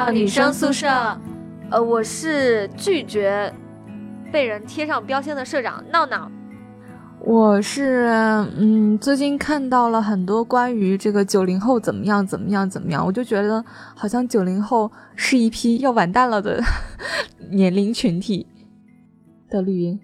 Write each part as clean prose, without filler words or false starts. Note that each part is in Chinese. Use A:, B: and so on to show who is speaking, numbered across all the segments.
A: 到女生宿舍。我是拒绝被人贴上标签的社长闹闹。
B: 我是最近看到了很多关于这个90后怎么样，我就觉得好像90后是一批要完蛋了的年龄群体的绿茵。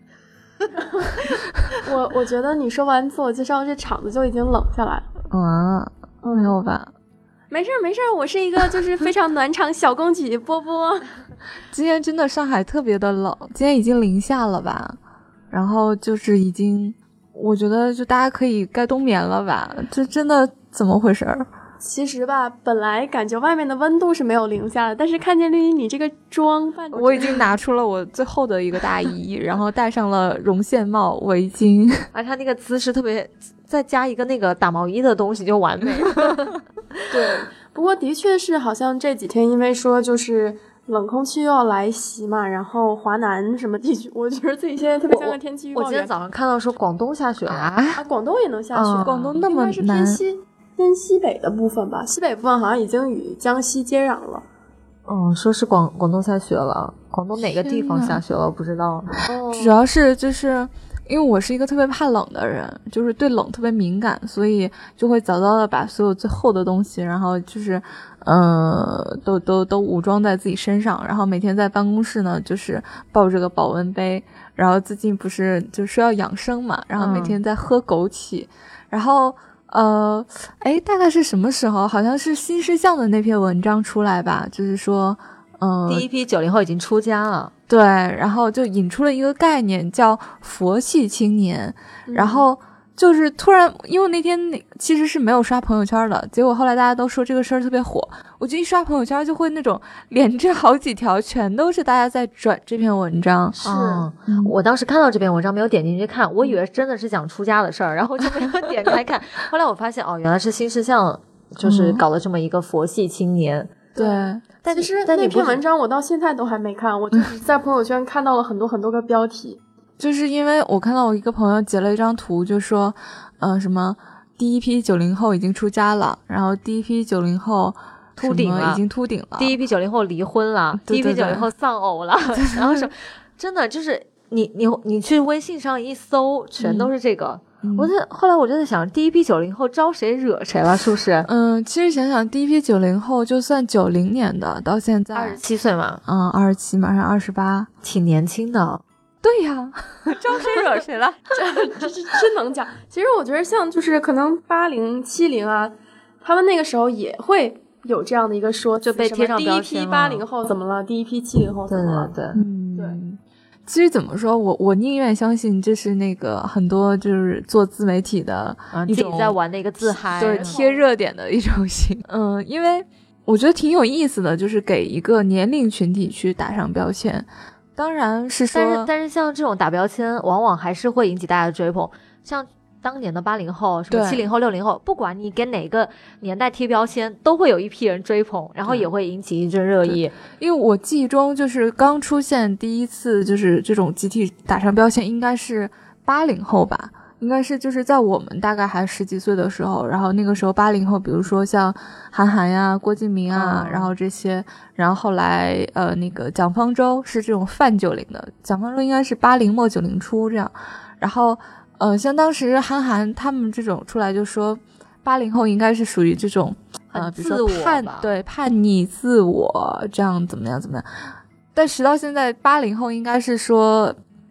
C: 我觉得你说完自我介绍，这场子就已经冷下来了。
B: 没有吧？
C: 没事，我是一个就是非常暖场小公举波波。
B: 今天真的上海特别的冷，今天已经零下了吧？然后就是已经，我觉得就大家可以该冬眠了吧？这真的怎么回事儿？
C: 其实吧，本来感觉外面的温度是没有零下的，但是看见绿茵你这个装扮，
B: 我已经拿出了我最厚的一个大衣，然后戴上了绒线帽、围巾，
A: 而他那个姿势特别，再加一个那个打毛衣的东西就完美了。
C: 对，不过的确是好像这几天因为说就是冷空气又要来袭嘛，然后华南什么地区，我觉得自己现在特别像个天气预报员。
A: 我今天早上看到说广东下雪了
C: 啊，广东也能下雪，
B: 广东那么难，
C: 应该是偏西北的部分吧，西北部分好像已经与江西接壤了。
A: 说是广东下雪了，广东哪个地方下雪了不知道。
B: 主要是就是因为我是一个特别怕冷的人，就是对冷特别敏感，所以就会早早的把所有最厚的东西，然后就是都武装在自己身上，然后每天在办公室呢就是抱着个保温杯，然后最近不是就说要养生嘛，然后每天在喝枸杞，然后大概是什么时候？好像是新事项的那篇文章出来吧，就是说
A: 第一批90后已经出家了。
B: 对，然后就引出了一个概念叫佛系青年，然后就是突然，因为那天其实是没有刷朋友圈的，结果后来大家都说这个事儿特别火，我就一刷朋友圈就会那种连着好几条全都是大家在转这篇文章。
C: 是，
A: 我当时看到这篇文章没有点进去看，我以为真的是讲出家的事儿，然后就没有点开看。后来我发现原来是新事项就是搞了这么一个佛系青年。
B: 对，
C: 但其实那篇文章我到现在都还没看，我就是在朋友圈看到了很多个标题。
B: 就是因为我看到我一个朋友截了一张图，就说什么第一批90后已经出家了，然后第一批90后
A: 秃顶了，
B: 已经秃顶了，
A: 第一批90后离婚了，第一批90后丧偶了，然后说真的就是你去微信上一搜全都是这个。后来我就在想，第一批90后招谁惹谁了，是不是？
B: 其实想想第一批90后就算90年的到现在
A: 27岁嘛
B: ，27马上28，
A: 挺年轻的。
B: 对呀，招谁惹谁了？
C: 这真能讲。其实我觉得像就是可能80、70啊，他们那个时候也会有这样的一个说，
A: 就被贴上标签了。
C: 第一批80后怎么了？第一批70后怎么了？
A: 对。
B: 其实怎么说，我宁愿相信这是那个很多就是做自媒体的一种
A: 自己在玩的一个自嗨，
B: 对，贴热点的一种型。因为我觉得挺有意思的，就是给一个年龄群体去打上标签。当然是说，
A: 但是像这种打标签，往往还是会引起大家的追捧。像当年的80后、什么70后、60后，不管你给哪个年代贴标签，都会有一批人追捧，然后也会引起一阵热议。
B: 因为我记忆中，就是刚出现第一次就是这种集体打上标签，应该是80后吧。应该是就是在我们大概还10几岁的时候，然后那个时候80后，比如说像韩寒呀、郭敬明啊，然后这些，然后后来那个蒋方舟是这种泛90的，蒋方舟应该是80末90初这样，然后像当时韩寒他们这种出来就说80后应该是属于这种比如说叛逆自我这样怎么样，但直到现在80后应该是说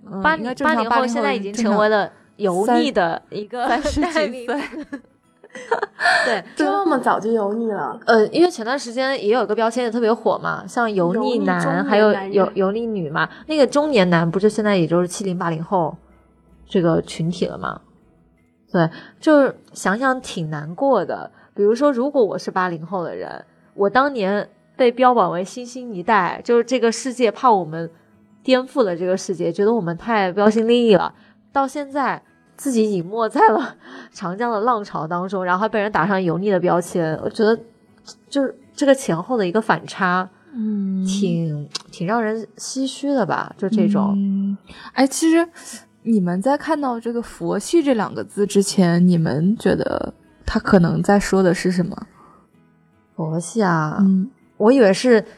A: 80后现在已经成为了油腻的一个
B: 30几岁。
A: 对，
C: 这么早就油腻了。
A: 因为前段时间也有一个标签也特别火嘛，像油腻男还有油腻女嘛，那个中年男不就现在也就是70、80后这个群体了吗？对，就是想想挺难过的。比如说如果我是80后的人，我当年被标榜为新兴一代，就是这个世界怕我们颠覆了这个世界，觉得我们太标新立异了，到现在自己隐没在了长江的浪潮当中，然后还被人打上油腻的标签，我觉得就是这个前后的一个反差，挺让人唏嘘的吧，就这种。
B: 其实你们在看到这个佛系这2个字之前，你们觉得他可能在说的是什么？
A: 佛系啊，我以为是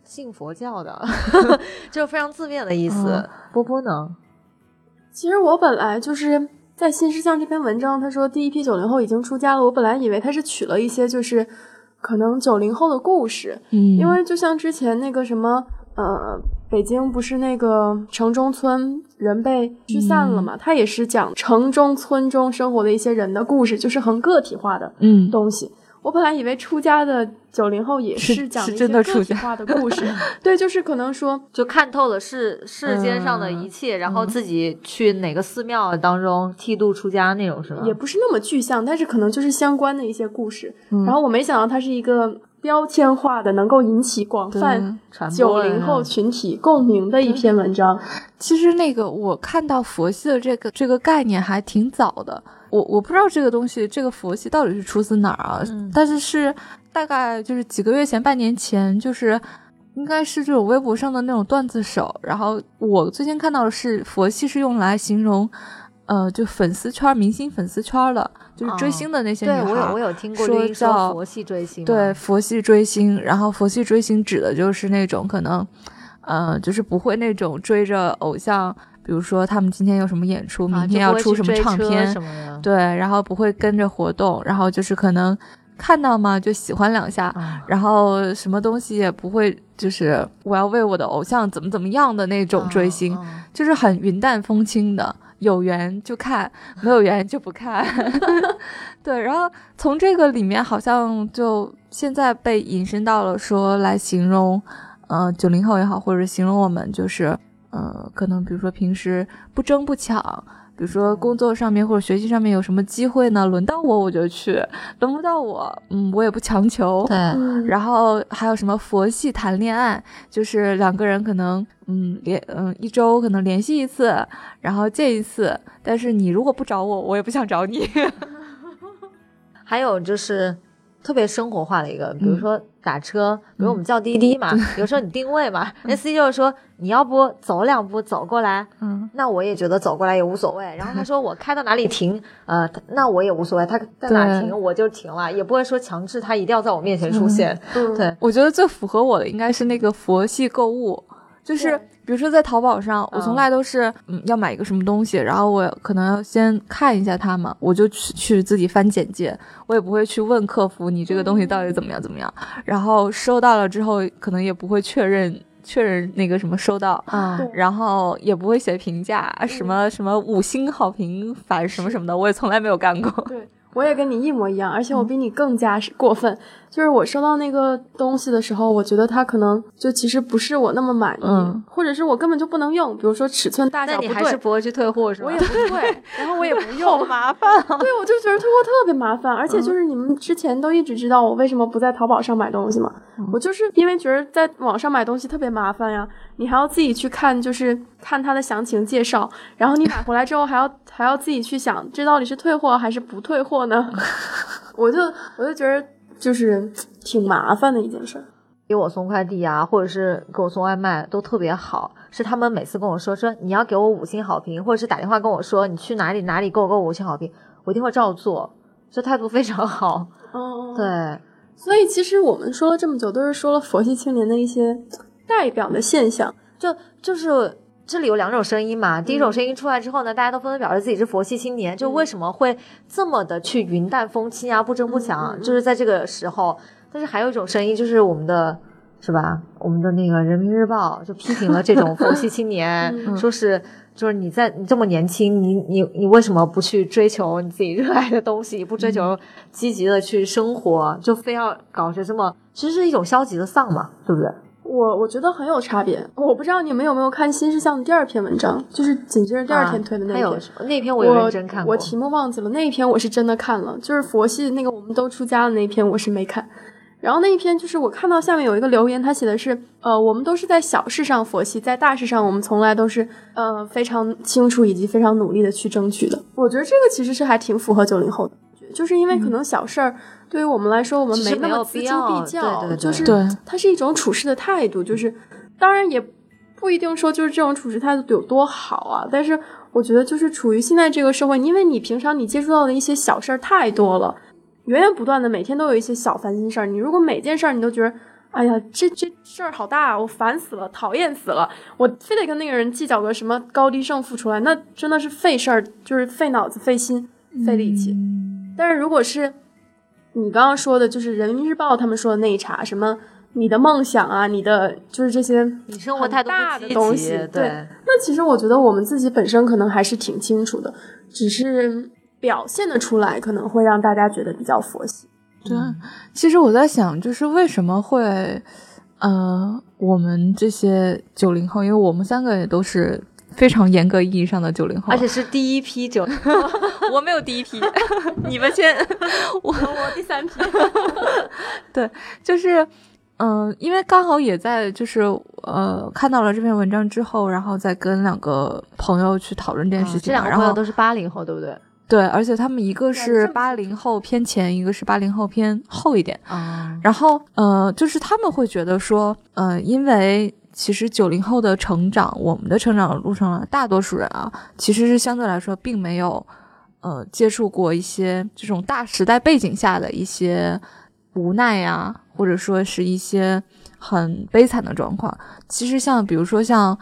A: 信佛教的，就是非常字面的意思。波波呢？
C: 其实我本来就是在新事项这篇文章，他说第一批90后已经出家了，我本来以为他是取了一些就是可能90后的故事，因为就像之前那个什么北京不是那个城中村人被驱散了嘛，他也是讲城中村中生活的一些人的故事，就是很个体化的东西。我本来以为出家的90后也是讲一些个体化的故事，对，就是可能说
A: 就看透了世间上的一切，然后自己去哪个寺庙当中剃度出家那种是吗？
C: 也不是那么具象，但是可能就是相关的一些故事。然后我没想到它是一个标签化的，能够引起广泛90后群体共鸣的一篇文章。
B: 其实那个我看到佛系的这个概念还挺早的，我不知道这个东西，这个佛系到底是出自哪儿啊？但是大概就是几个月前、半年前，就是应该是这种微博上的那种段子手。然后我最先看到的是佛系是用来形容，就粉丝圈、明星粉丝圈的，就是追星的那些女孩。
A: 对，我有听过说叫佛系追星。
B: 对，佛系追星。然后佛系追星指的就是那种可能，就是不会那种追着偶像。比如说他们今天有什么演出，明天要出什么唱片
A: 什么的，
B: 对，然后不会跟着活动，然后就是可能看到嘛就喜欢两下，然后什么东西也不会就是我要为我的偶像怎么样的那种追星，就是很云淡风轻的，有缘就看，没有缘就不看。对，然后从这个里面好像就现在被引申到了说来形容90后也好，或者形容我们就是可能比如说平时不争不抢，比如说工作上面或者学习上面有什么机会呢，轮到我就去，轮不到我我也不强求。
A: 对，
B: 然后还有什么佛系谈恋爱，就是两个人可能一周可能联系一次，然后见一次，但是你如果不找我，我也不想找你。
A: 还有就是特别生活化的一个，比如说打车，比如我们叫滴滴嘛，有时候你定位嘛，那司机就是说你要不走2步走过来，那我也觉得走过来也无所谓。然后他说我开到哪里停，那我也无所谓，他在哪停我就停了，也不会说强制他一定要在我面前出现。对，
B: 我觉得最符合我的应该是那个佛系购物，就是比如说在淘宝上，我从来都是要买一个什么东西，然后我可能要先看一下它嘛，我就去自己翻简介，我也不会去问客服你这个东西到底怎么样，然后收到了之后可能也不会确认那个什么收到，然后也不会写评价，什么5星好评返什么的，我也从来没有干过。
C: 对，我也跟你一模一样，而且我比你更加过分。就是我收到那个东西的时候，我觉得它可能就其实不是我那么满意，或者是我根本就不能用，比如说尺寸大小不对，
A: 那你还是不会去退货是吧？
C: 我也不退，然后我也不用，
A: 好麻烦啊！
C: 对，我就觉得退货特别麻烦，而且就是你们之前都一直知道我为什么不在淘宝上买东西嘛，我就是因为觉得在网上买东西特别麻烦呀，你还要自己去看，就是看它的详情介绍，然后你买回来之后还要自己去想，这到底是退货还是不退货呢？我就觉得就是挺麻烦的一件事。
A: 给我送快递啊，或者是给我送外卖都特别好，是他们每次跟我说你要给我5星好评，或者是打电话跟我说你去哪里给我5星好评，我一定会照做，这态度非常好。对，
C: 所以其实我们说了这么久，都是说了佛系青年的一些代表的现象，
A: 就是这里有2种声音嘛，第一种声音出来之后呢，大家都纷纷表示自己是佛系青年，就为什么会这么的去云淡风轻啊，不争不抢，就是在这个时候。但是还有一种声音，就是我们的是吧，我们的那个人民日报就批评了这种佛系青年，说是就是你这么年轻，你为什么不去追求你自己热爱的东西，不追求积极的去生活，就非要搞成这么，其实是一种消极的丧嘛，对不对？
C: 我觉得很有差别。我不知道你们有没有看新事项的第2篇文章，就是紧接着第2天推的那篇。
A: 那篇我有认真看过，
C: 我题目忘记了，那一篇我是真的看了，就是佛系那个我们都出家的那一篇我是没看。然后那一篇就是我看到下面有一个留言，他写的是我们都是在小事上佛系，在大事上我们从来都是非常清楚以及非常努力的去争取的。我觉得这个其实是还挺符合90后的，就是因为可能小事儿对于我们来说我们没那么锱铢必较，
A: 对，
C: 就是它是一种处事的态度，就是当然也不一定说就是这种处事态度有多好啊，但是我觉得就是处于现在这个社会，因为你平常你接触到的一些小事儿太多了，源源不断的每天都有一些小烦心事儿，你如果每件事儿你都觉得哎呀，这事儿好大，我烦死了，讨厌死了，我非得跟那个人计较个什么高低胜负出来，那真的是费事儿，就是费脑子、费心、费力气。但是如果是你刚刚说的，就是人民日报他们说的那一茬，什么你的梦想啊，你的就是这些
A: 你生活态度
C: 大的东西，
A: 对，
C: 那其实我觉得我们自己本身可能还是挺清楚的，只是表现的出来可能会让大家觉得比较佛系。
B: 对，其实我在想，就是为什么会，我们这些90后，因为我们3个也都是非常严格意义上的90后，
A: 而且是第一批90后，
B: 我没有第一批，你们先，我
C: 第3批。
B: 对，就是，因为刚好也在就是看到了这篇文章之后，然后再跟2个朋友去讨论这件事情，
A: 这2个朋友都是80后，对不对？
B: 对，而且他们一个是80后偏前，一个是80后偏后一点。然后就是他们会觉得说，因为其实90后的成长，我们的成长路上大多数人啊，其实是相对来说并没有接触过一些这种大时代背景下的一些无奈呀，或者说是一些很悲惨的状况。其实像比如说像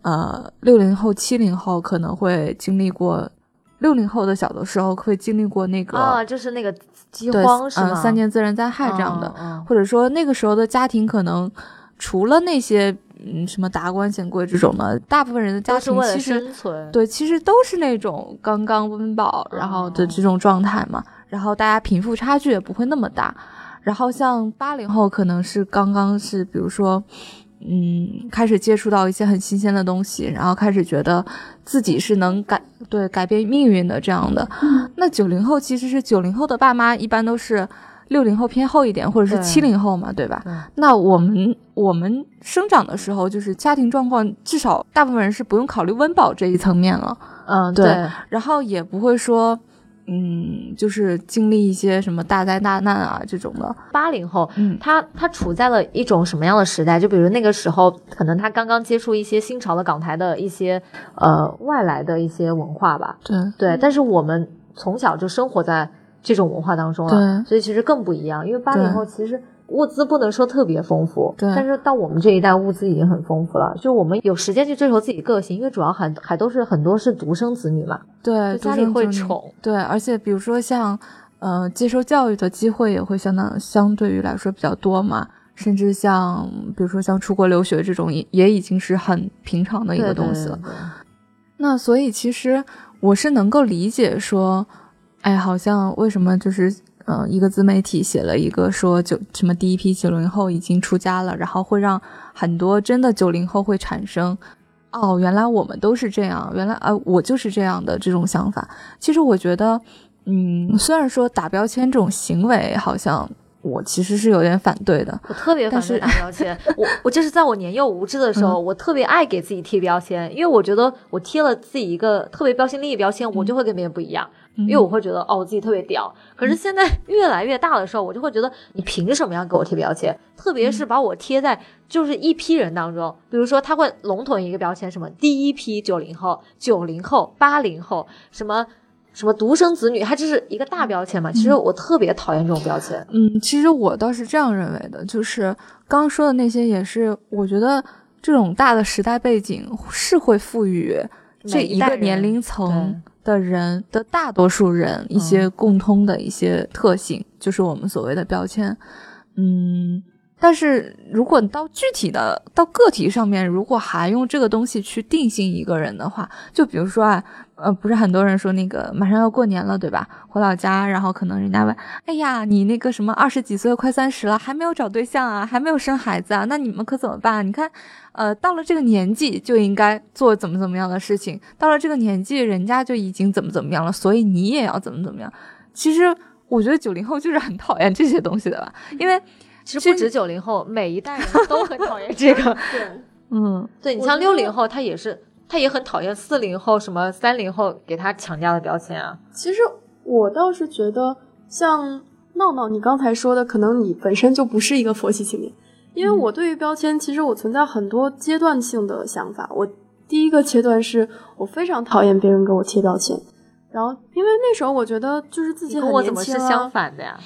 B: 60后、70后可能会经历过。60后的小的时候会经历过那个
A: 就是那个饥荒是吗？
B: 3年自然灾害这样的，或者说那个时候的家庭可能除了那些什么达官显贵这种的，大部分人的家庭其实
A: 生存，
B: 对，其实都是那种刚刚温饱然后的这种状态嘛，然后大家贫富差距也不会那么大。然后像80后可能是刚刚是比如说开始接触到一些很新鲜的东西，然后开始觉得自己是能改变命运的这样的。那90后其实是90后的爸妈一般都是60后偏后一点，或者是70后嘛，对吧？那我们生长的时候，就是家庭状况至少大部分人是不用考虑温饱这一层面了。对，然后也不会说就是经历一些什么大灾大难啊这种的。
A: 80后，他处在了一种什么样的时代？就比如那个时候，可能他刚刚接触一些新潮的港台的一些外来的一些文化吧。对，但是我们从小就生活在这种文化当中了，所以其实更不一样。因为80后其实物资不能说特别丰富，但是到我们这一代物资已经很丰富了，就我们有时间去追求自己个性，因为主要还都是很多是独生子女嘛，
B: 对，
A: 家里会宠，
B: 对，而且比如说像接受教育的机会也会相对于来说比较多嘛，甚至像比如说像出国留学这种也已经是很平常的一个东西了。那所以其实我是能够理解说，哎，好像为什么就是一个自媒体写了一个说什么第一批90后已经出家了，然后会让很多真的90后会产生原来我们都是这样，原来我就是这样的这种想法。其实我觉得虽然说打标签这种行为好像我其实是有点反对的，
A: 我特别反对打标签。我就是在我年幼无知的时候，我特别爱给自己贴标签，因为我觉得我贴了自己一个特别标新立异标签，我就会跟别人不一样，因为我会觉得我自己特别屌。可是现在越来越大的时候，我就会觉得你凭什么要给我贴标签？特别是把我贴在就是一批人当中，比如说他会笼统一个标签，什么第一批90后、90后、80后，什么独生子女，它这是一个大标签嘛？其实我特别讨厌这种标签。
B: 其实我倒是这样认为的，就是刚刚说的那些也是，我觉得这种大的时代背景是会赋予这一个年龄层的人的大多数人一些共通的一些特性，就是我们所谓的标签。但是如果到具体的到个体上面，如果还用这个东西去定性一个人的话，就比如说不是很多人说那个马上要过年了，对吧？回老家，然后可能人家问，哎呀，你那个什么20几岁快30了，还没有找对象啊，还没有生孩子啊，那你们可怎么办？你看，到了这个年纪就应该做怎么样的事情，到了这个年纪人家就已经怎么样了，所以你也要怎么样。其实我觉得90后就是很讨厌这些东西的吧，因为
A: 其实不止90后，每一代人都很讨厌这个。对，你像60后，他也很讨厌40后什么30后给他强加的标签啊。
C: 其实我倒是觉得，像闹闹你刚才说的，可能你本身就不是一个佛系青年，因为我对于标签，其实我存在很多阶段性的想法。我第一个阶段是我非常讨厌别人给我贴标签，然后因为那时候我觉得就是自己很年轻
A: 跟我怎么是相反的呀？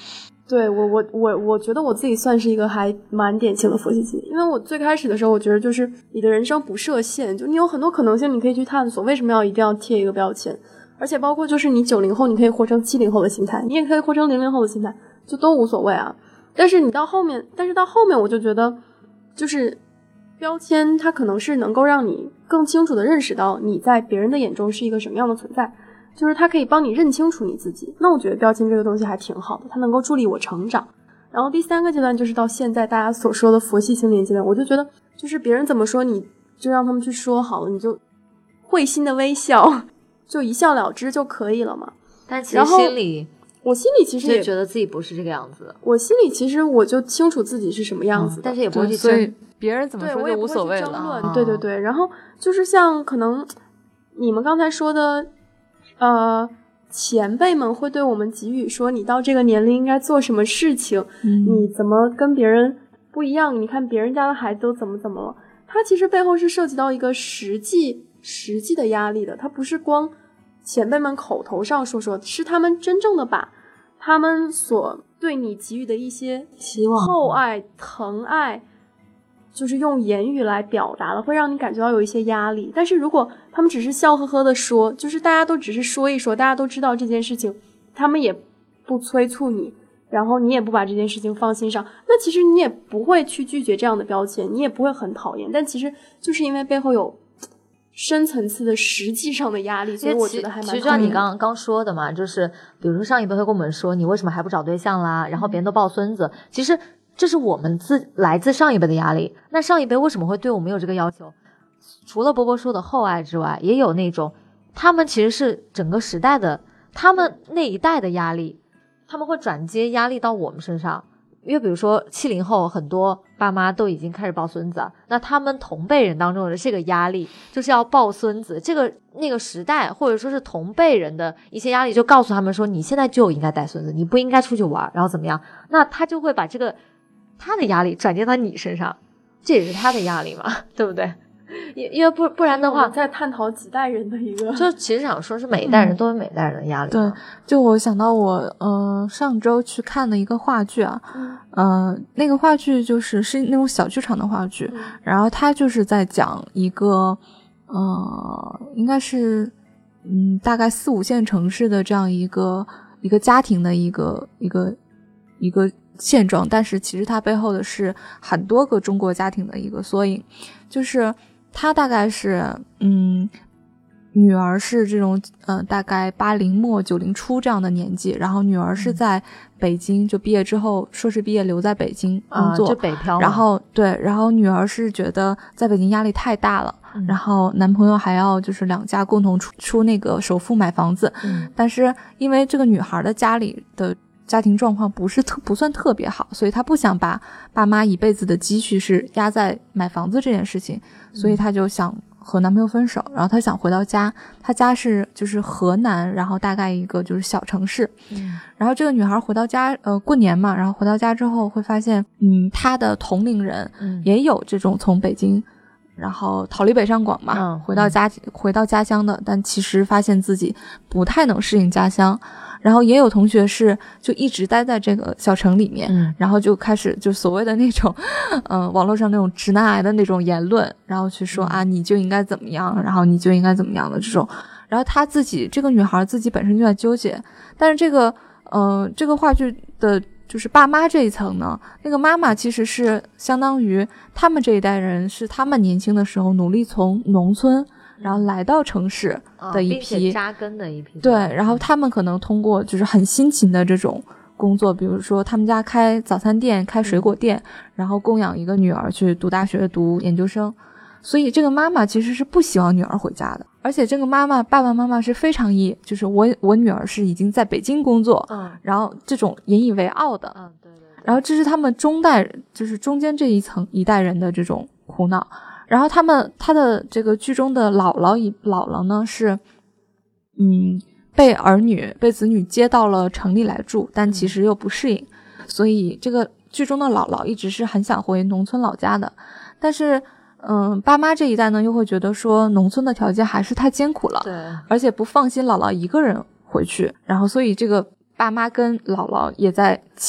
C: 对，我觉得我自己算是一个还蛮典型的佛系青年，因为我最开始的时候，我觉得就是你的人生不设限，就你有很多可能性你可以去探索，为什么要一定要贴一个标签？而且包括就是你90后，你可以活成70后的心态，你也可以活成00后的心态，就都无所谓啊。但是到后面我就觉得，就是标签它可能是能够让你更清楚的认识到你在别人的眼中是一个什么样的存在。就是它可以帮你认清楚你自己，那我觉得标签这个东西还挺好的，它能够助力我成长。然后第3个阶段就是到现在大家所说的佛系青年阶段，我就觉得就是别人怎么说你就让他们去说好了，你就会心的微笑，就一笑了之就可以了嘛。
A: 但其实心里
C: 我心里其实也
A: 觉得自己不是这个样子，
C: 我心里其实我就清楚自己是什么样子的，
A: 但是也不会去
B: 所以别人怎么说就无所谓了。
C: 对对对，然后就是像可能你们刚才说的前辈们会对我们给予说你到这个年龄应该做什么事情，你怎么跟别人不一样，你看别人家的孩子都怎么了，它其实背后是涉及到一个实际的压力的，它不是光前辈们口头上说，是他们真正的把他们所对你给予的一些
A: 希望、
C: 厚爱、疼爱就是用言语来表达了，会让你感觉到有一些压力。但是如果他们只是笑呵呵的说，就是大家都只是说一说，大家都知道这件事情，他们也不催促你，然后你也不把这件事情放心上，那其实你也不会去拒绝这样的标签，你也不会很讨厌。但其实就是因为背后有深层次的实际上的压力，所以我觉得还蛮。
A: 其实就像你刚说的嘛，就是比如说上一辈会跟我们说你为什么还不找对象啦，然后别人都抱孙子，其实这是我们来自上一辈的压力。那上一辈为什么会对我们有这个要求？除了波波说的厚爱之外，也有那种他们其实是整个时代的，他们那一代的压力，他们会转接压力到我们身上。因为比如说70后很多爸妈都已经开始抱孙子，那他们同辈人当中的这个压力就是要抱孙子，那个时代或者说是同辈人的一些压力就告诉他们说你现在就应该带孙子，你不应该出去玩，然后怎么样，那他就会把这个他的压力转接到你身上，这也是他的压力嘛，对不对？因为不然的话，
C: 在探讨几代人的一个，
A: 就其实想说是每一代人都有每一代人的压力。
B: 对，就我想到我上周去看的一个话剧啊，那个话剧是那种小剧场的话剧，然后他就是在讲一个应该是大概4、5线城市的这样一个家庭的一个现状，但是其实它背后的是很多个中国家庭的一个缩影，就是他大概是女儿是这种大概80末90初这样的年纪，然后女儿是在北京就毕业之后硕士毕业留在北京工作，
A: 就北漂。
B: 然后女儿是觉得在北京压力太大了，然后男朋友还要就是2家共同出那个首付买房子，但是因为这个女孩的家里的家庭状况不算特别好，所以她不想把爸妈一辈子的积蓄是压在买房子这件事情，所以她就想和男朋友分手，然后她想回到家，她家是就是河南，然后大概一个就是小城市，然后这个女孩回到家过年嘛，然后回到家之后会发现她的同龄人也有这种从北京然后逃离北上广嘛，回到家乡的，但其实发现自己不太能适应家乡，然后也有同学是就一直待在这个小城里面，然后就开始就所谓的那种网络上那种直男癌的那种言论，然后去说啊你就应该怎么样，然后你就应该怎么样的这种，然后她自己这个女孩自己本身就在纠结，但是这个话剧的就是爸妈这一层呢，那个妈妈其实是相当于他们这一代人是他们年轻的时候努力从农村然后来到城市的一批，
A: 并且扎根的一批。
B: 对，然后他们可能通过就是很辛勤的这种工作，比如说他们家开早餐店开水果店，然后供养一个女儿去读大学读研究生，所以这个妈妈其实是不希望女儿回家的，而且这个爸爸妈妈是非常就是我女儿是已经在北京工作，然后这种引以为傲的，
A: 对，
B: 然后这是他们就是中间这一代人的这种苦恼。然后他的这个剧中的姥姥呢是被子女接到了城里来住，但其实又不适应，所以这个剧中的姥姥一直是很想回农村老家的，但是爸妈这一代呢又会觉得说农村的条件还是太艰苦了，
A: 对，
B: 而且不放心姥姥一个人回去，然后所以这个爸妈跟姥姥也在起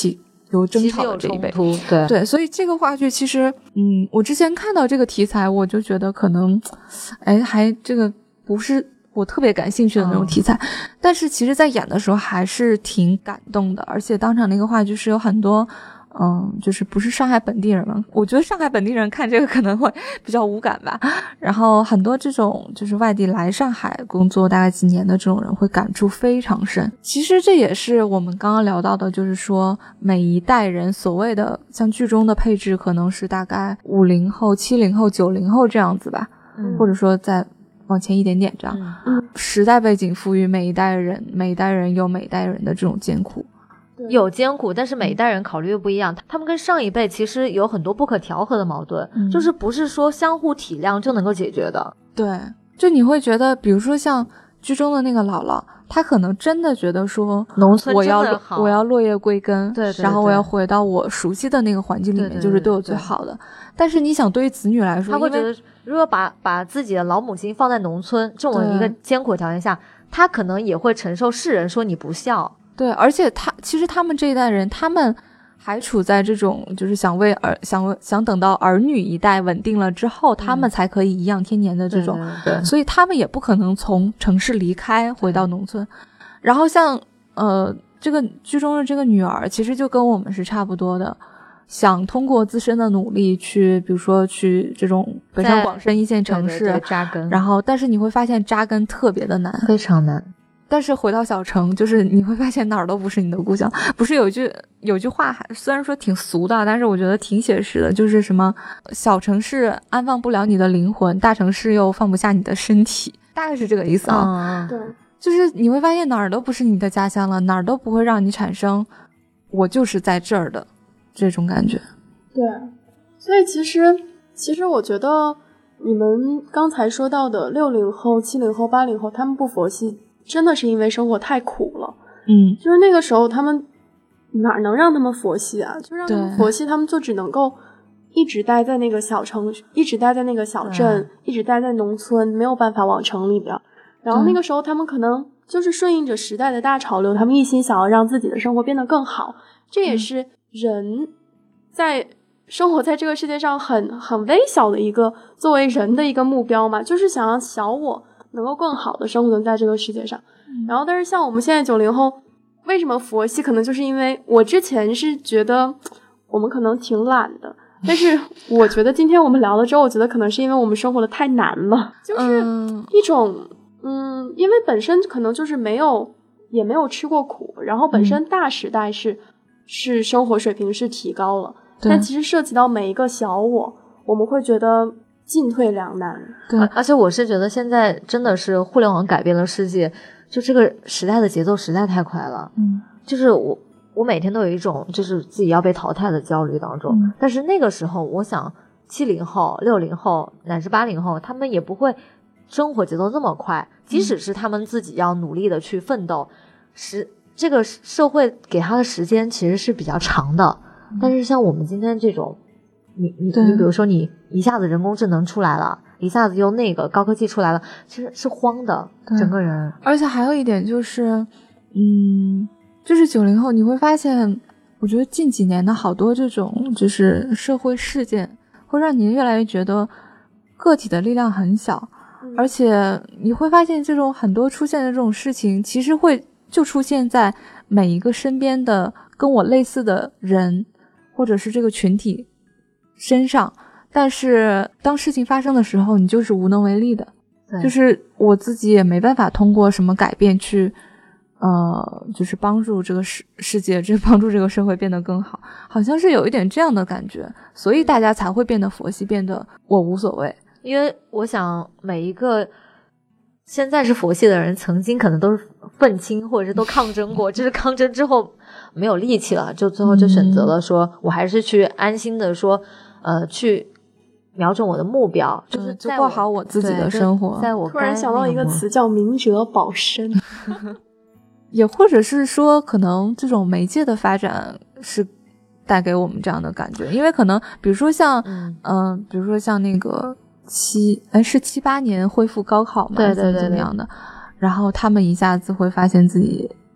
B: 有争吵的这一辈。对，所以这个话剧其实我之前看到这个题材我就觉得可能还这个不是我特别感兴趣的那种题材，但是其实在演的时候还是挺感动的，而且当场那个话剧是有很多就是不是上海本地人嘛，我觉得上海本地人看这个可能会比较无感吧，然后很多这种就是外地来上海工作大概几年的这种人会感触非常深。其实这也是我们刚刚聊到的，就是说每一代人所谓的像剧中的配置可能是大概50后、70后、90后这样子吧，或者说再往前一点点这样，时代背景赋予每一代人有每一代人的这种艰苦，
A: 有艰苦，但是每一代人考虑又不一样，他们跟上一辈其实有很多不可调和的矛盾，就是不是说相互体谅就能够解决的。
B: 对，就你会觉得比如说像剧中的那个姥姥，她可能真的觉得说
A: 农村真的好，
B: 我要落叶归根，
A: 对，
B: 然后我要回到我熟悉的那个环境里面，就是对我最好的。但是你想对于子女来说，
A: 他会觉得如果把自己的老母亲放在农村这种一个艰苦条件下，他可能也会承受世人说你不孝。
B: 对，而且其实他们这一代人，他们还处在这种就是想等到儿女一代稳定了之后，他们才可以颐养天年的这种，
A: 对，
B: 所以他们也不可能从城市离开回到农村。然后像这个剧中的这个女儿，其实就跟我们是差不多的，想通过自身的努力去，比如说去这种北上广深一线城市
A: 对扎根，
B: 然后但是你会发现扎根特别的难，
A: 非常难。
B: 但是回到小城，就是你会发现哪儿都不是你的故乡。不是有句话，虽然说挺俗的，但是我觉得挺写实的，就是什么小城市安放不了你的灵魂，大城市又放不下你的身体，大概是这个意思啊。
C: 对，
B: 就是你会发现哪儿都不是你的家乡了，哪儿都不会让你产生我就是在这儿的这种感觉。
C: 对，所以其实我觉得你们刚才说到的60后、70后、80后，他们不佛系，真的是因为生活太苦了。就是那个时候他们哪能让他们佛系啊？就让他们佛系，他们就只能够一直待在那个小城，一直待在那个小镇，一直待在农村，没有办法往城里边。然后那个时候他们可能就是顺应着时代的大潮流，他们一心想要让自己的生活变得更好。这也是人在生活在这个世界上很微小的一个作为人的一个目标嘛，就是想让小我能够更好的生存在这个世界上。然后但是像我们现在90后为什么佛系，可能就是因为我之前是觉得我们可能挺懒的，但是我觉得今天我们聊了之后，我觉得可能是因为我们生活的太难了，就是一种因为本身可能就是也没有吃过苦，然后本身大时代是生活水平是提高了，但其实涉及到每一个小我们会觉得进退两难。
B: 对，
A: 而且我是觉得现在真的是互联网改变了世界，就这个时代的节奏实在太快了。就是我每天都有一种就是自己要被淘汰的焦虑当中。但是那个时候我想70后、60后乃至80后，他们也不会生活节奏这么快，即使是他们自己要努力的去奋斗，这个社会给他的时间其实是比较长的。但是像我们今天这种你比如说你一下子人工智能出来了，一下子又那个高科技出来了，其实是慌的整个人。
B: 而且还有一点就是就是90后你会发现，我觉得近几年的好多这种就是社会事件会让你越来越觉得个体的力量很小，而且你会发现这种很多出现的这种事情其实就出现在每一个身边的跟我类似的人或者是这个群体身上，但是当事情发生的时候你就是无能为力的，就是我自己也没办法通过什么改变去就是帮助这个世界，帮助这个社会变得更好，好像是有一点这样的感觉，所以大家才会变得佛系，变得我无所谓。
A: 因为我想每一个现在是佛系的人曾经可能都是愤青或者是都抗争过，就是抗争之后没有力气了，就最后就选择了说我还是去安心的说去瞄准我的目标，就是
B: 就过好我自己的生活。
A: 在我
C: 突然想到一个词叫明哲保身
B: 也或者是说可能这种媒介的发展是带给我们这样的感觉，因为可能比如说像比如说像那个78年恢复高考嘛，
A: 对
B: 怎么样的，然后他们一下子会发现自己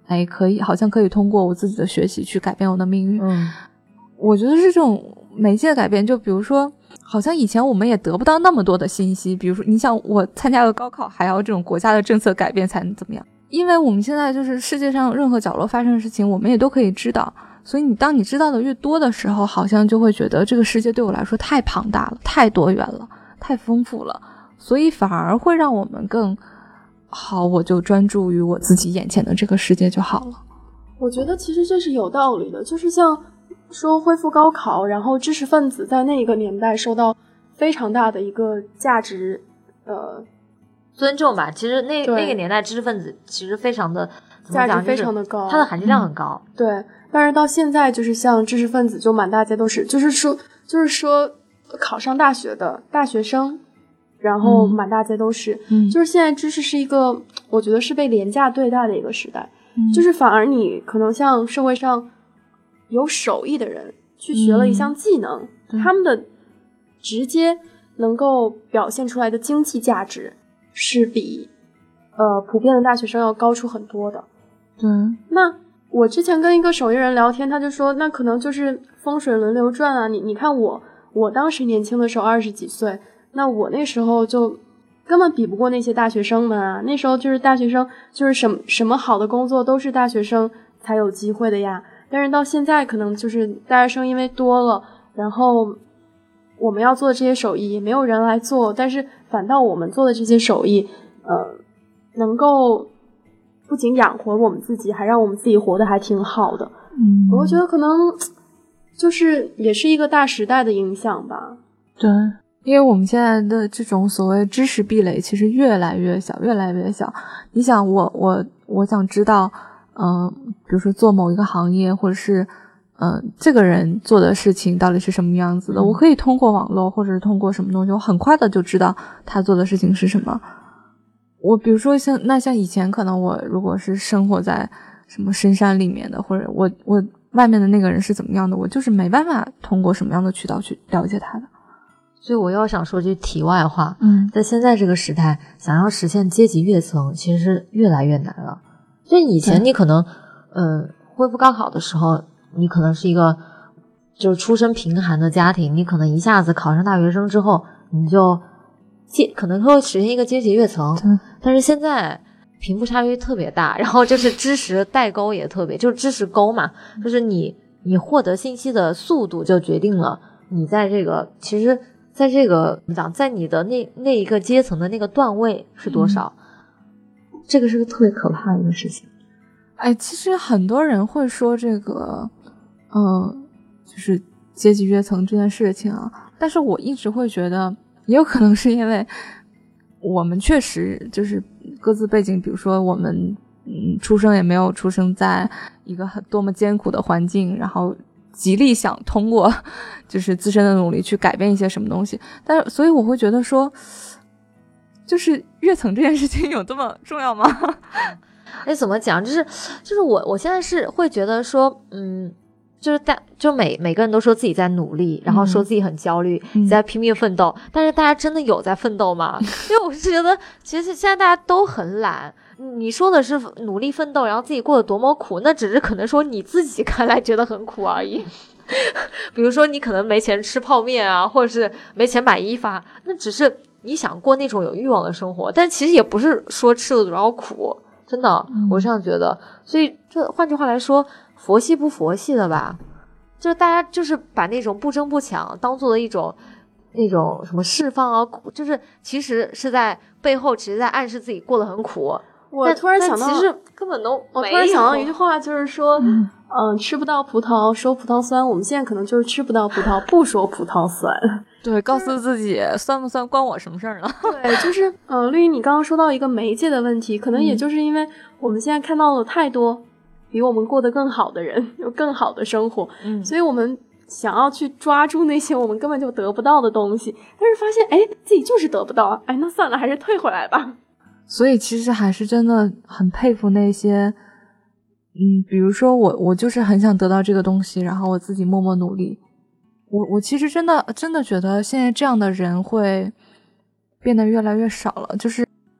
B: 好像可以通过我自己的学习去改变我的命运。我觉得是这种媒介的改变，就比如说好像以前我们也得不到那么多的信息，比如说你像我参加个高考还要这种国家的政策改变才能怎么样，因为我们现在就是世界上任何角落发生的事情我们也都可以知道，所以当你知道的越多的时候，好像就会觉得这个世界对我来说太庞大了，太多元了，太丰富了，所以反而会让我们更好，我就专注于我自己眼前的这个世界就好了。
C: 我觉得其实这是有道理的，就是像说恢复高考，然后知识分子在那个年代受到非常大的一个价值
A: 尊重吧。其实那个年代知识分子其实非常的
C: 价值非常的高，
A: 它的含金量很高。
C: 对，但是到现在就是像知识分子就满大街都是，就是说考上大学的大学生，然后满大街都是，就是现在知识是一个我觉得是被廉价对待的一个时代，就是反而你可能像社会上有手艺的人去学了一项技能，他们的直接能够表现出来的经济价值是比普遍的大学生要高出很多的。那我之前跟一个手艺人聊天，他就说那可能就是风水轮流转啊，你看我当时年轻的时候20几岁，那我那时候就根本比不过那些大学生们啊，那时候就是大学生就是什么好的工作都是大学生才有机会的呀。但是到现在可能就是大学生因为多了，然后我们要做的这些手艺也没有人来做，但是反倒我们做的这些手艺能够不仅养活我们自己，还让我们自己活得还挺好的。我觉得可能就是也是一个大时代的影响吧。
B: 对，因为我们现在的这种所谓知识壁垒其实越来越小越来越小。你想我想知道比如说做某一个行业，或者是这个人做的事情到底是什么样子的，我可以通过网络或者是通过什么东西，我很快的就知道他做的事情是什么。我比如说像以前可能我如果是生活在什么深山里面的，或者我外面的那个人是怎么样的，我就是没办法通过什么样的渠道去了解他的。
A: 所以我又想说句题外话，在现在这个时代，想要实现阶级跃层其实是越来越难了。就以前你可能恢复高考的时候，你可能是一个就是出身贫寒的家庭，你可能一下子考上大学生之后，你就可能会实现一个阶级跃层。但是现在贫富差距特别大，然后就是知识代沟也特别，就是知识沟嘛，就是你获得信息的速度就决定了你在这个其实在这个怎么讲，在你的那一个阶层的那个段位是多少。这个是个特别可怕的一个事情。
B: 其实很多人会说这个就是阶级跃层这件事情啊，但是我一直会觉得也有可能是因为我们确实就是各自背景，比如说我们出生也没有出生在一个多么艰苦的环境，然后极力想通过就是自身的努力去改变一些什么东西，但是所以我会觉得说就是跃层这件事情有这么重要吗？
A: 怎么讲，就是我现在是会觉得说就是每个人都说自己在努力，然后说自己很焦虑，在拼命奋斗，但是大家真的有在奋斗吗？因为我是觉得其实现在大家都很懒，你说的是努力奋斗然后自己过得多么苦，那只是可能说你自己看来觉得很苦而已。比如说你可能没钱吃泡面啊，或者是没钱买衣服啊，那只是你想过那种有欲望的生活，但其实也不是说吃了多少苦，真的，我这样觉得。所以这换句话来说，佛系不佛系的吧，就是大家就是把那种不争不抢当做了一种那种什么释放啊，就是其实是在背后其实在暗示自己过得很苦。
C: 我突然想到，
A: 其实根本都没有。
C: 我突然想到一句话，就是说吃不到葡萄说葡萄酸，我们现在可能就是吃不到葡萄不说葡萄酸。
B: 对，告诉自己酸不酸关我什么事儿呢？
C: 对，就是绿茵你刚刚说到一个媒介的问题，可能也就是因为我们现在看到了太多比我们过得更好的人，有更好的生活，所以我们想要去抓住那些我们根本就得不到的东西，但是发现自己就是得不到，那算了，还是退回来吧。
B: 所以其实还是真的很佩服那些比如说我就是很想得到这个东西，然后我自己默默努力。我其实真的觉得现在这样的人会变得越来越少了，就是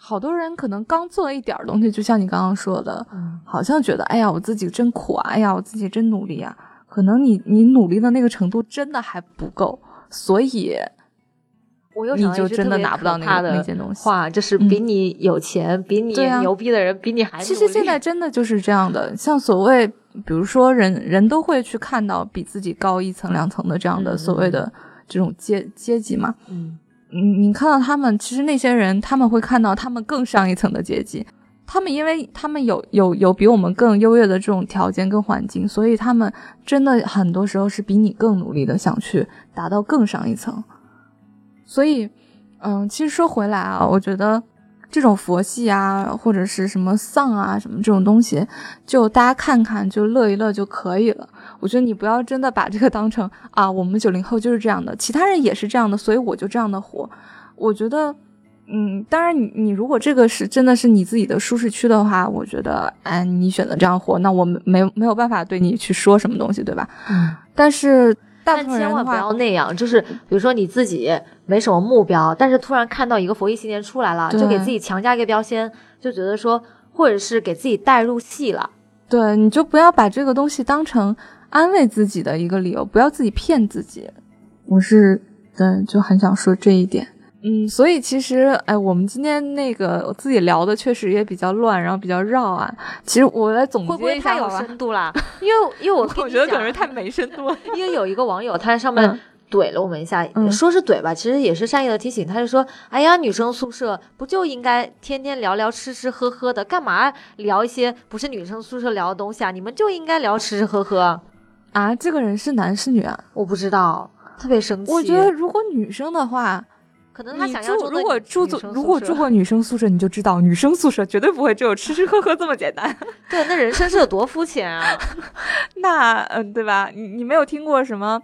B: 好多人可能刚做了一点东西，就像你刚刚说的，好像觉得哎呀我自己真苦啊，哎呀我自己真努力啊，可能你努力的那个程度真的还不够，所以你就真的拿不到那件东西。
A: 话就是比你有钱、比你牛逼的人比你还努力。
B: 其实现在真的就是这样的，像所谓比如说人都会去看到比自己高1层2层的这样的所谓的这种阶级嘛。你看到他们，其实那些人他们会看到他们更上一层的阶级，他们因为他们有比我们更优越的这种条件跟环境，所以他们真的很多时候是比你更努力的想去达到更上一层。所以其实说回来啊，我觉得这种佛系啊或者是什么丧啊什么这种东西，就大家看看就乐一乐就可以了。我觉得你不要真的把这个当成啊我们90后就是这样的，其他人也是这样的，所以我就这样的活。我觉得当然你如果这个是真的是你自己的舒适区的话，我觉得你选择这样活，那我们没有办法对你去说什么东西，对吧？但是大部分人的话，
A: 千万不要那样，就是比如说你自己没什么目标，但是突然看到一个佛系青年出来了，就给自己强加一个标签，就觉得说，或者是给自己带入戏了。
B: 对，你就不要把这个东西当成安慰自己的一个理由，不要自己骗自己。对，就很想说这一点。所以其实我们今天我自己聊的确实也比较乱，然后比较绕啊。其实我来总结一下，
A: 会不会太有深度啦？因为我
B: 觉得可能是太没深度了。
A: 因为有一个网友他上面怼了我们一下，说是怼吧，其实也是善意的提醒。他就说，哎呀，女生宿舍不就应该天天聊聊吃吃喝喝的，干嘛聊一些不是女生宿舍聊的东西啊？你们就应该聊吃吃喝喝
B: 啊。这个人是男是女啊？
A: 我不知道，特别生气。
B: 我觉得如果女生的话，
A: 可能他想要
B: 如果住过女生宿舍，你就知道女生宿舍绝对不会只有吃吃喝喝这么简单。
A: 对，那人生是有多肤浅啊？
B: 那对吧？你没有听过什么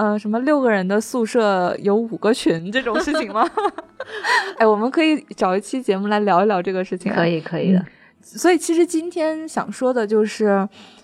B: 6个人的宿舍有5个群这种事情吗？我们可以找一期节目来聊一聊这个事情。
A: 可以的。
B: 所以其实今天想说的就是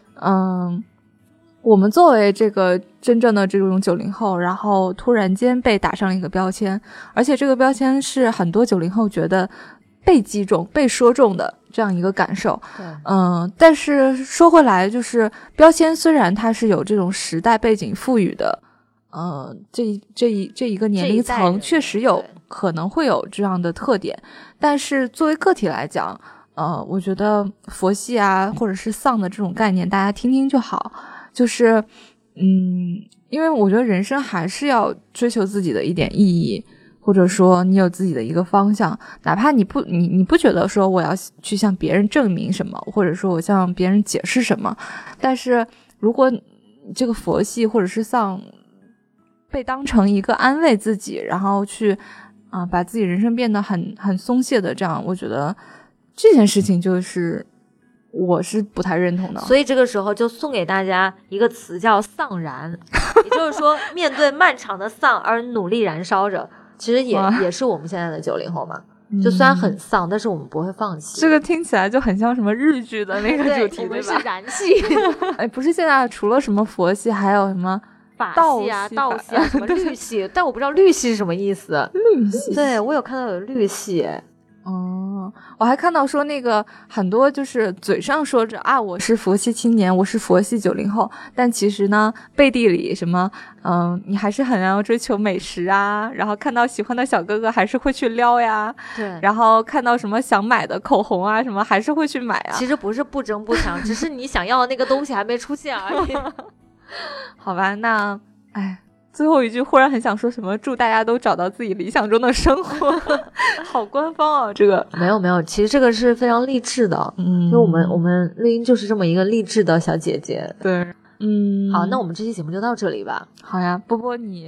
B: 我们作为这个真正的这种90后，然后突然间被打上了一个标签，而且这个标签是很多90后觉得被击中、被说中的这样一个感受。但是说回来，就是标签虽然它是有这种时代背景赋予的，这一个年龄层确实有可能会有这样的特点，但是作为个体来讲，我觉得佛系啊或者是丧的这种概念，大家听听就好。就是因为我觉得人生还是要追求自己的一点意义，或者说你有自己的一个方向，哪怕你不觉得说我要去向别人证明什么，或者说我向别人解释什么，但是如果这个佛系或者是丧被当成一个安慰自己，然后去把自己人生变得很松懈的这样，我觉得这件事情我是不太认同的。
A: 所以这个时候就送给大家一个词叫丧然，也就是说面对漫长的丧而努力燃烧着，其实也是我们现在的90后嘛。就虽然很丧，但是我们不会放弃。
B: 这个听起来就很像什么日剧的那个主题，
A: 对吧？是燃系。
B: 不是现在除了什么佛系，还有什么
A: 法系啊、道系啊、什么律系，但我不知道律系是什么意思。
B: 律系，
A: 对，我有看到有律系。
B: 我还看到说那个很多就是嘴上说着我是佛系青年，我是佛系90后，但其实呢背地里什么你还是很要追求美食啊，然后看到喜欢的小哥哥还是会去撩呀，
A: 对，
B: 然后看到什么想买的口红啊什么还是会去买啊。
A: 其实不是不争不抢，只是你想要的那个东西还没出现而已。
B: 好吧，那最后一句忽然很想说什么祝大家都找到自己理想中的生活。好官方啊，这个
A: 没有，其实这个是非常励志的。因为我们绿茵就是这么一个励志的小姐姐。
B: 对，
A: 好，那我们这期节目就到这里吧。
B: 好呀，波波你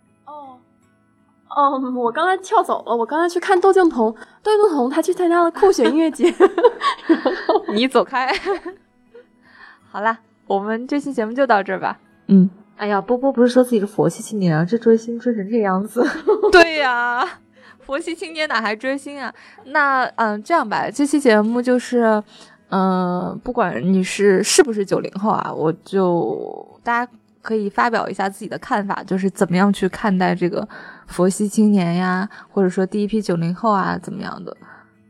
C: 我刚才跳走了，我刚才去看窦靖童他去参加了酷雪音乐节。
B: 你走开。好啦，我们这期节目就到这儿吧。
A: 哎呀，波波不是说自己是佛系青年啊，这追星追成这样子。
B: 对呀，佛系青年哪还追星啊？那这样吧，这期节目就是不管你是不是90后啊，大家可以发表一下自己的看法，就是怎么样去看待这个佛系青年呀，或者说第一批90后啊怎么样的。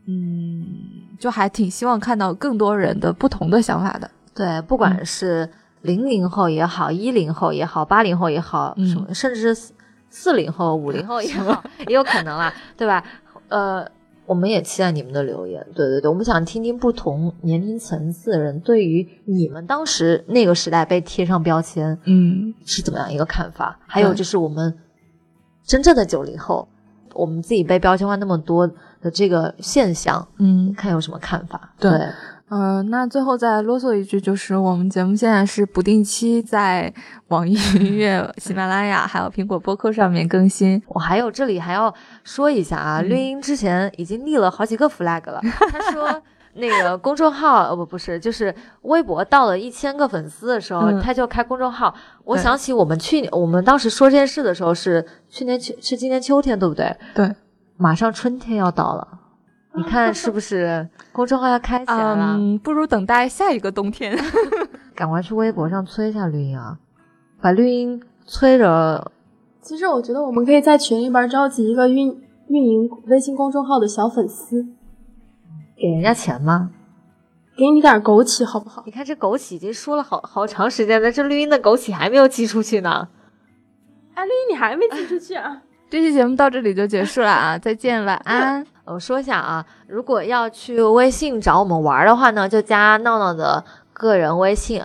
B: 就还挺希望看到更多人的不同的想法的。
A: 对，不管是00后也好，10后也好，80后也好，甚至是40后、50后也好，也有可能啦，对吧？我们也期待你们的留言。对，我们想听听不同年龄层次的人对于你们当时那个时代被贴上标签，是怎么样一个看法？还有就是我们真正的90后，我们自己被标签化那么多的这个现象，看有什么看法？对。
B: 那最后再啰嗦一句，就是我们节目现在是不定期在网易云音乐、喜马拉雅还有苹果播客上面更新。
A: 我还有这里还要说一下啊，绿茵之前已经立了好几个 flag 了。他说那个公众号不是，就是微博到了1000个粉丝的时候，他就开公众号。我想起我们当时说这件事的时候是今年秋天，对不对？
B: 对，
A: 马上春天要到了。你看是不是公众号要开起来了？
B: 不如等待下一个冬天。
A: 赶快去微博上催一下绿茵啊，把绿茵催着。
C: 其实我觉得我们可以在群里边召集一个运营微信公众号的小粉丝。
A: 给人家钱吗？
C: 给你点枸杞好不好？
A: 你看这枸杞已经说了好长时间了，这绿茵的枸杞还没有寄出去呢。
C: 绿茵你还没寄出去啊？
B: 这期节目到这里就结束了啊，再见，晚安。
A: 我说一下啊，如果要去微信找我们玩的话呢，就加闹闹的个人微信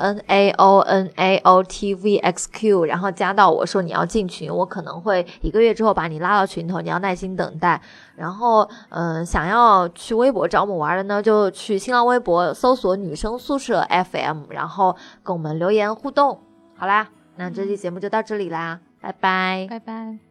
A: NAONAOTVXQ， 然后加到我说你要进群，我可能会1个月之后把你拉到群头，你要耐心等待。然后想要去微博找我们玩的呢，就去新浪微博搜索女生宿舍 FM， 然后跟我们留言互动。好啦，那这期节目就到这里啦，拜拜，
B: 拜拜。